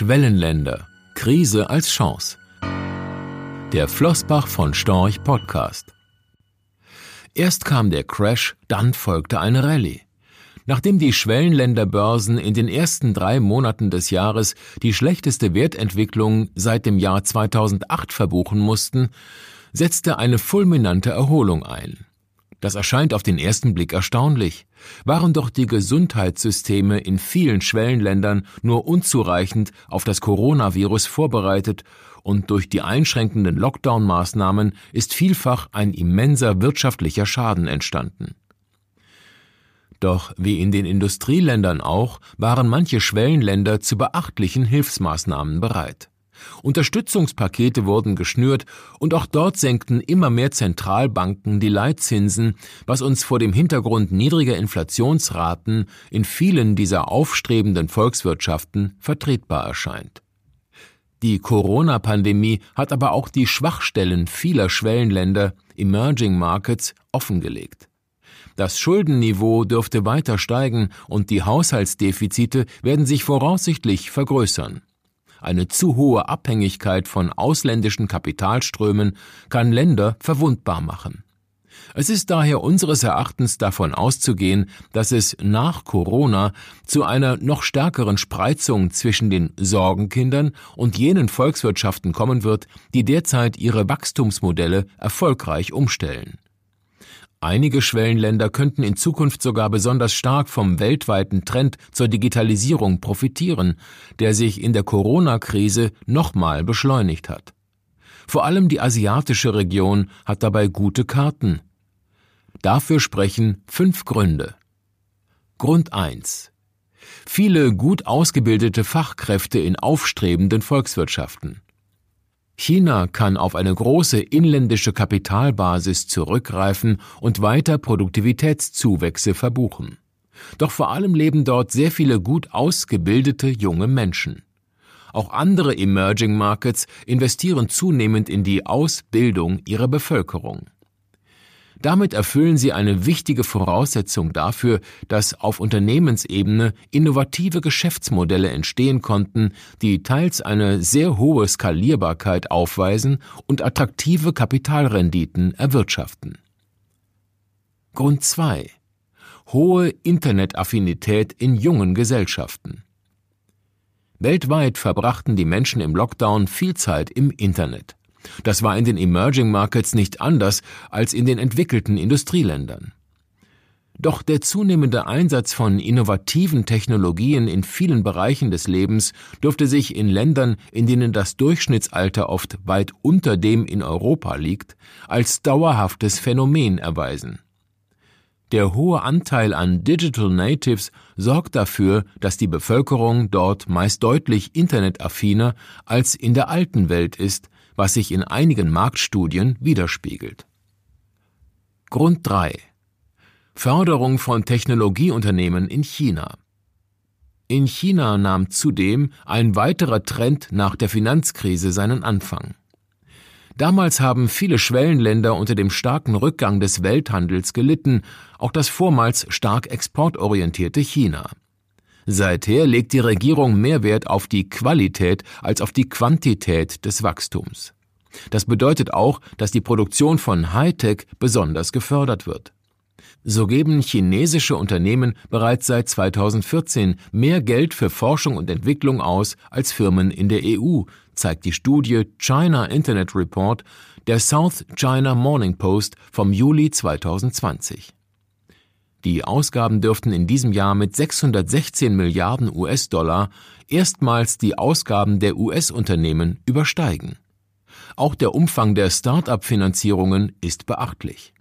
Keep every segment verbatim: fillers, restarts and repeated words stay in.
Schwellenländer. Krise als Chance. Der Flossbach von Storch Podcast. Erst kam der Crash, dann folgte eine Rallye. Nachdem die Schwellenländerbörsen in den ersten drei Monaten des Jahres die schlechteste Wertentwicklung seit dem Jahr zweitausendacht verbuchen mussten, setzte eine fulminante Erholung ein. Das erscheint auf den ersten Blick erstaunlich. Waren doch die Gesundheitssysteme in vielen Schwellenländern nur unzureichend auf das Coronavirus vorbereitet und durch die einschränkenden Lockdown-Maßnahmen ist vielfach ein immenser wirtschaftlicher Schaden entstanden. Doch wie in den Industrieländern auch, waren manche Schwellenländer zu beachtlichen Hilfsmaßnahmen bereit. Unterstützungspakete wurden geschnürt und auch dort senkten immer mehr Zentralbanken die Leitzinsen, was uns vor dem Hintergrund niedriger Inflationsraten in vielen dieser aufstrebenden Volkswirtschaften vertretbar erscheint. Die Corona-Pandemie hat aber auch die Schwachstellen vieler Schwellenländer, Emerging Markets, offengelegt. Das Schuldenniveau dürfte weiter steigen und die Haushaltsdefizite werden sich voraussichtlich vergrößern. Eine zu hohe Abhängigkeit von ausländischen Kapitalströmen kann Länder verwundbar machen. Es ist daher unseres Erachtens davon auszugehen, dass es nach Corona zu einer noch stärkeren Spreizung zwischen den Sorgenkindern und jenen Volkswirtschaften kommen wird, die derzeit ihre Wachstumsmodelle erfolgreich umstellen. Einige Schwellenländer könnten in Zukunft sogar besonders stark vom weltweiten Trend zur Digitalisierung profitieren, der sich in der Corona-Krise nochmal beschleunigt hat. Vor allem die asiatische Region hat dabei gute Karten. Dafür sprechen fünf Gründe. Grund eins. Viele gut ausgebildete Fachkräfte in aufstrebenden Volkswirtschaften. China kann auf eine große inländische Kapitalbasis zurückgreifen und weiter Produktivitätszuwächse verbuchen. Doch vor allem leben dort sehr viele gut ausgebildete junge Menschen. Auch andere Emerging Markets investieren zunehmend in die Ausbildung ihrer Bevölkerung. Damit erfüllen sie eine wichtige Voraussetzung dafür, dass auf Unternehmensebene innovative Geschäftsmodelle entstehen konnten, die teils eine sehr hohe Skalierbarkeit aufweisen und attraktive Kapitalrenditen erwirtschaften. Grund zwei. Hohe Internetaffinität in jungen Gesellschaften. Weltweit verbrachten die Menschen im Lockdown viel Zeit im Internet. Das war in den Emerging Markets nicht anders als in den entwickelten Industrieländern. Doch der zunehmende Einsatz von innovativen Technologien in vielen Bereichen des Lebens dürfte sich in Ländern, in denen das Durchschnittsalter oft weit unter dem in Europa liegt, als dauerhaftes Phänomen erweisen. Der hohe Anteil an Digital Natives sorgt dafür, dass die Bevölkerung dort meist deutlich internetaffiner als in der alten Welt ist, was sich in einigen Marktstudien widerspiegelt. Grund drei. Förderung von Technologieunternehmen in China. In China nahm zudem ein weiterer Trend nach der Finanzkrise seinen Anfang. Damals haben viele Schwellenländer unter dem starken Rückgang des Welthandels gelitten, auch das vormals stark exportorientierte China. Seither legt die Regierung mehr Wert auf die Qualität als auf die Quantität des Wachstums. Das bedeutet auch, dass die Produktion von Hightech besonders gefördert wird. So geben chinesische Unternehmen bereits seit zweitausendvierzehn mehr Geld für Forschung und Entwicklung aus als Firmen in der E U, zeigt die Studie China Internet Report der South China Morning Post vom Juli zweitausendzwanzig. Die Ausgaben dürften in diesem Jahr mit sechshundertsechzehn Milliarden U S-Dollar erstmals die Ausgaben der U S-Unternehmen übersteigen. Auch der Umfang der Start-up-Finanzierungen ist beachtlich.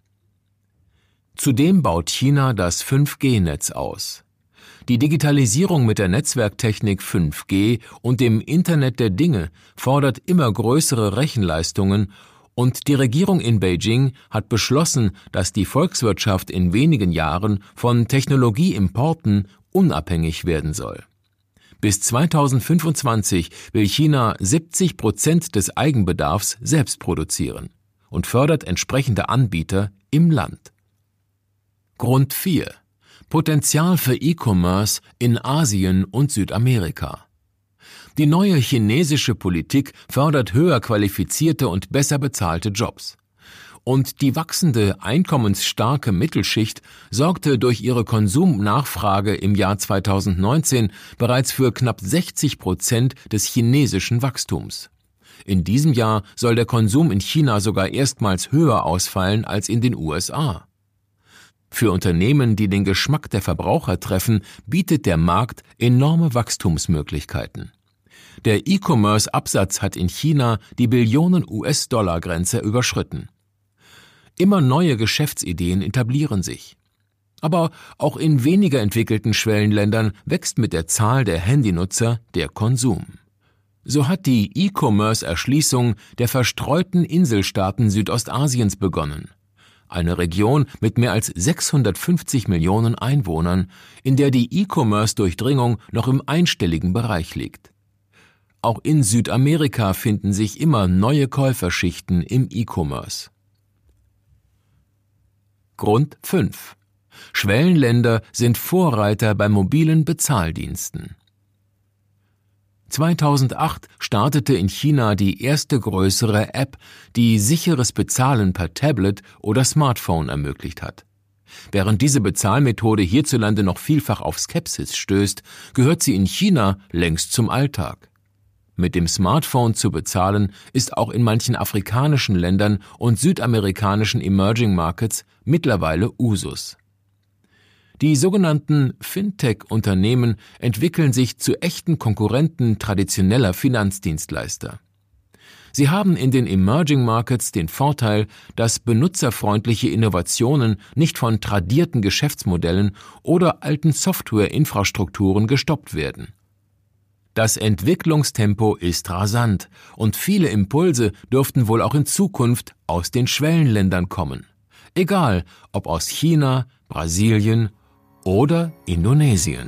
Zudem baut China das fünf G Netz aus. Die Digitalisierung mit der Netzwerktechnik fünf G und dem Internet der Dinge fordert immer größere Rechenleistungen und die Regierung in Beijing hat beschlossen, dass die Volkswirtschaft in wenigen Jahren von Technologieimporten unabhängig werden soll. Bis zweitausendfünfundzwanzig will China siebzig Prozent des Eigenbedarfs selbst produzieren und fördert entsprechende Anbieter im Land. Grund vier. Potenzial für E-Commerce in Asien und Südamerika. Die neue chinesische Politik fördert höher qualifizierte und besser bezahlte Jobs. Und die wachsende, einkommensstarke Mittelschicht sorgte durch ihre Konsumnachfrage im Jahr zweitausendneunzehn bereits für knapp sechzig Prozent des chinesischen Wachstums. In diesem Jahr soll der Konsum in China sogar erstmals höher ausfallen als in den U S A. Für Unternehmen, die den Geschmack der Verbraucher treffen, bietet der Markt enorme Wachstumsmöglichkeiten. Der E-Commerce-Absatz hat in China die Billionen U S-Dollar-Grenze überschritten. Immer neue Geschäftsideen etablieren sich. Aber auch in weniger entwickelten Schwellenländern wächst mit der Zahl der Handynutzer der Konsum. So hat die E-Commerce-Erschließung der verstreuten Inselstaaten Südostasiens begonnen. Eine Region mit mehr als sechshundertfünfzig Millionen Einwohnern, in der die E-Commerce-Durchdringung noch im einstelligen Bereich liegt. Auch in Südamerika finden sich immer neue Käuferschichten im E-Commerce. Grund fünf. Schwellenländer sind Vorreiter bei mobilen Bezahldiensten. zweitausendacht startete in China die erste größere App, die sicheres Bezahlen per Tablet oder Smartphone ermöglicht hat. Während diese Bezahlmethode hierzulande noch vielfach auf Skepsis stößt, gehört sie in China längst zum Alltag. Mit dem Smartphone zu bezahlen ist auch in manchen afrikanischen Ländern und südamerikanischen Emerging Markets mittlerweile Usus. Die sogenannten Fintech-Unternehmen entwickeln sich zu echten Konkurrenten traditioneller Finanzdienstleister. Sie haben in den Emerging Markets den Vorteil, dass benutzerfreundliche Innovationen nicht von tradierten Geschäftsmodellen oder alten Softwareinfrastrukturen gestoppt werden. Das Entwicklungstempo ist rasant und viele Impulse dürften wohl auch in Zukunft aus den Schwellenländern kommen. Egal, ob aus China, Brasilien oder Indonesien.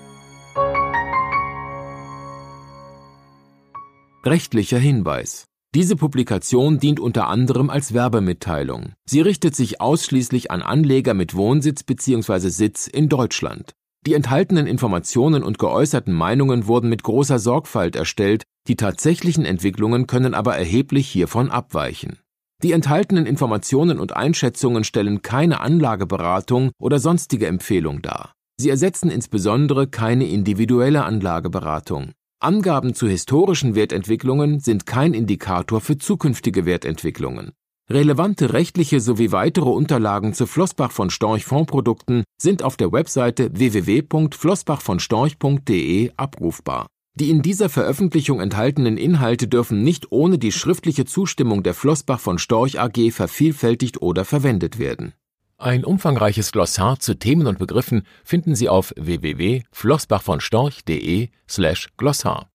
Rechtlicher Hinweis. Diese Publikation dient unter anderem als Werbemitteilung. Sie richtet sich ausschließlich an Anleger mit Wohnsitz bzw. Sitz in Deutschland. Die enthaltenen Informationen und geäußerten Meinungen wurden mit großer Sorgfalt erstellt, die tatsächlichen Entwicklungen können aber erheblich hiervon abweichen. Die enthaltenen Informationen und Einschätzungen stellen keine Anlageberatung oder sonstige Empfehlung dar. Sie ersetzen insbesondere keine individuelle Anlageberatung. Angaben zu historischen Wertentwicklungen sind kein Indikator für zukünftige Wertentwicklungen. Relevante rechtliche sowie weitere Unterlagen zu Flossbach von Storch Fondsprodukten sind auf der Webseite w w w punkt flossbach von storch punkt d e abrufbar. Die in dieser Veröffentlichung enthaltenen Inhalte dürfen nicht ohne die schriftliche Zustimmung der Flossbach von Storch A G vervielfältigt oder verwendet werden. Ein umfangreiches Glossar zu Themen und Begriffen finden Sie auf w w w punkt flossbach von storch punkt d e slash Glossar.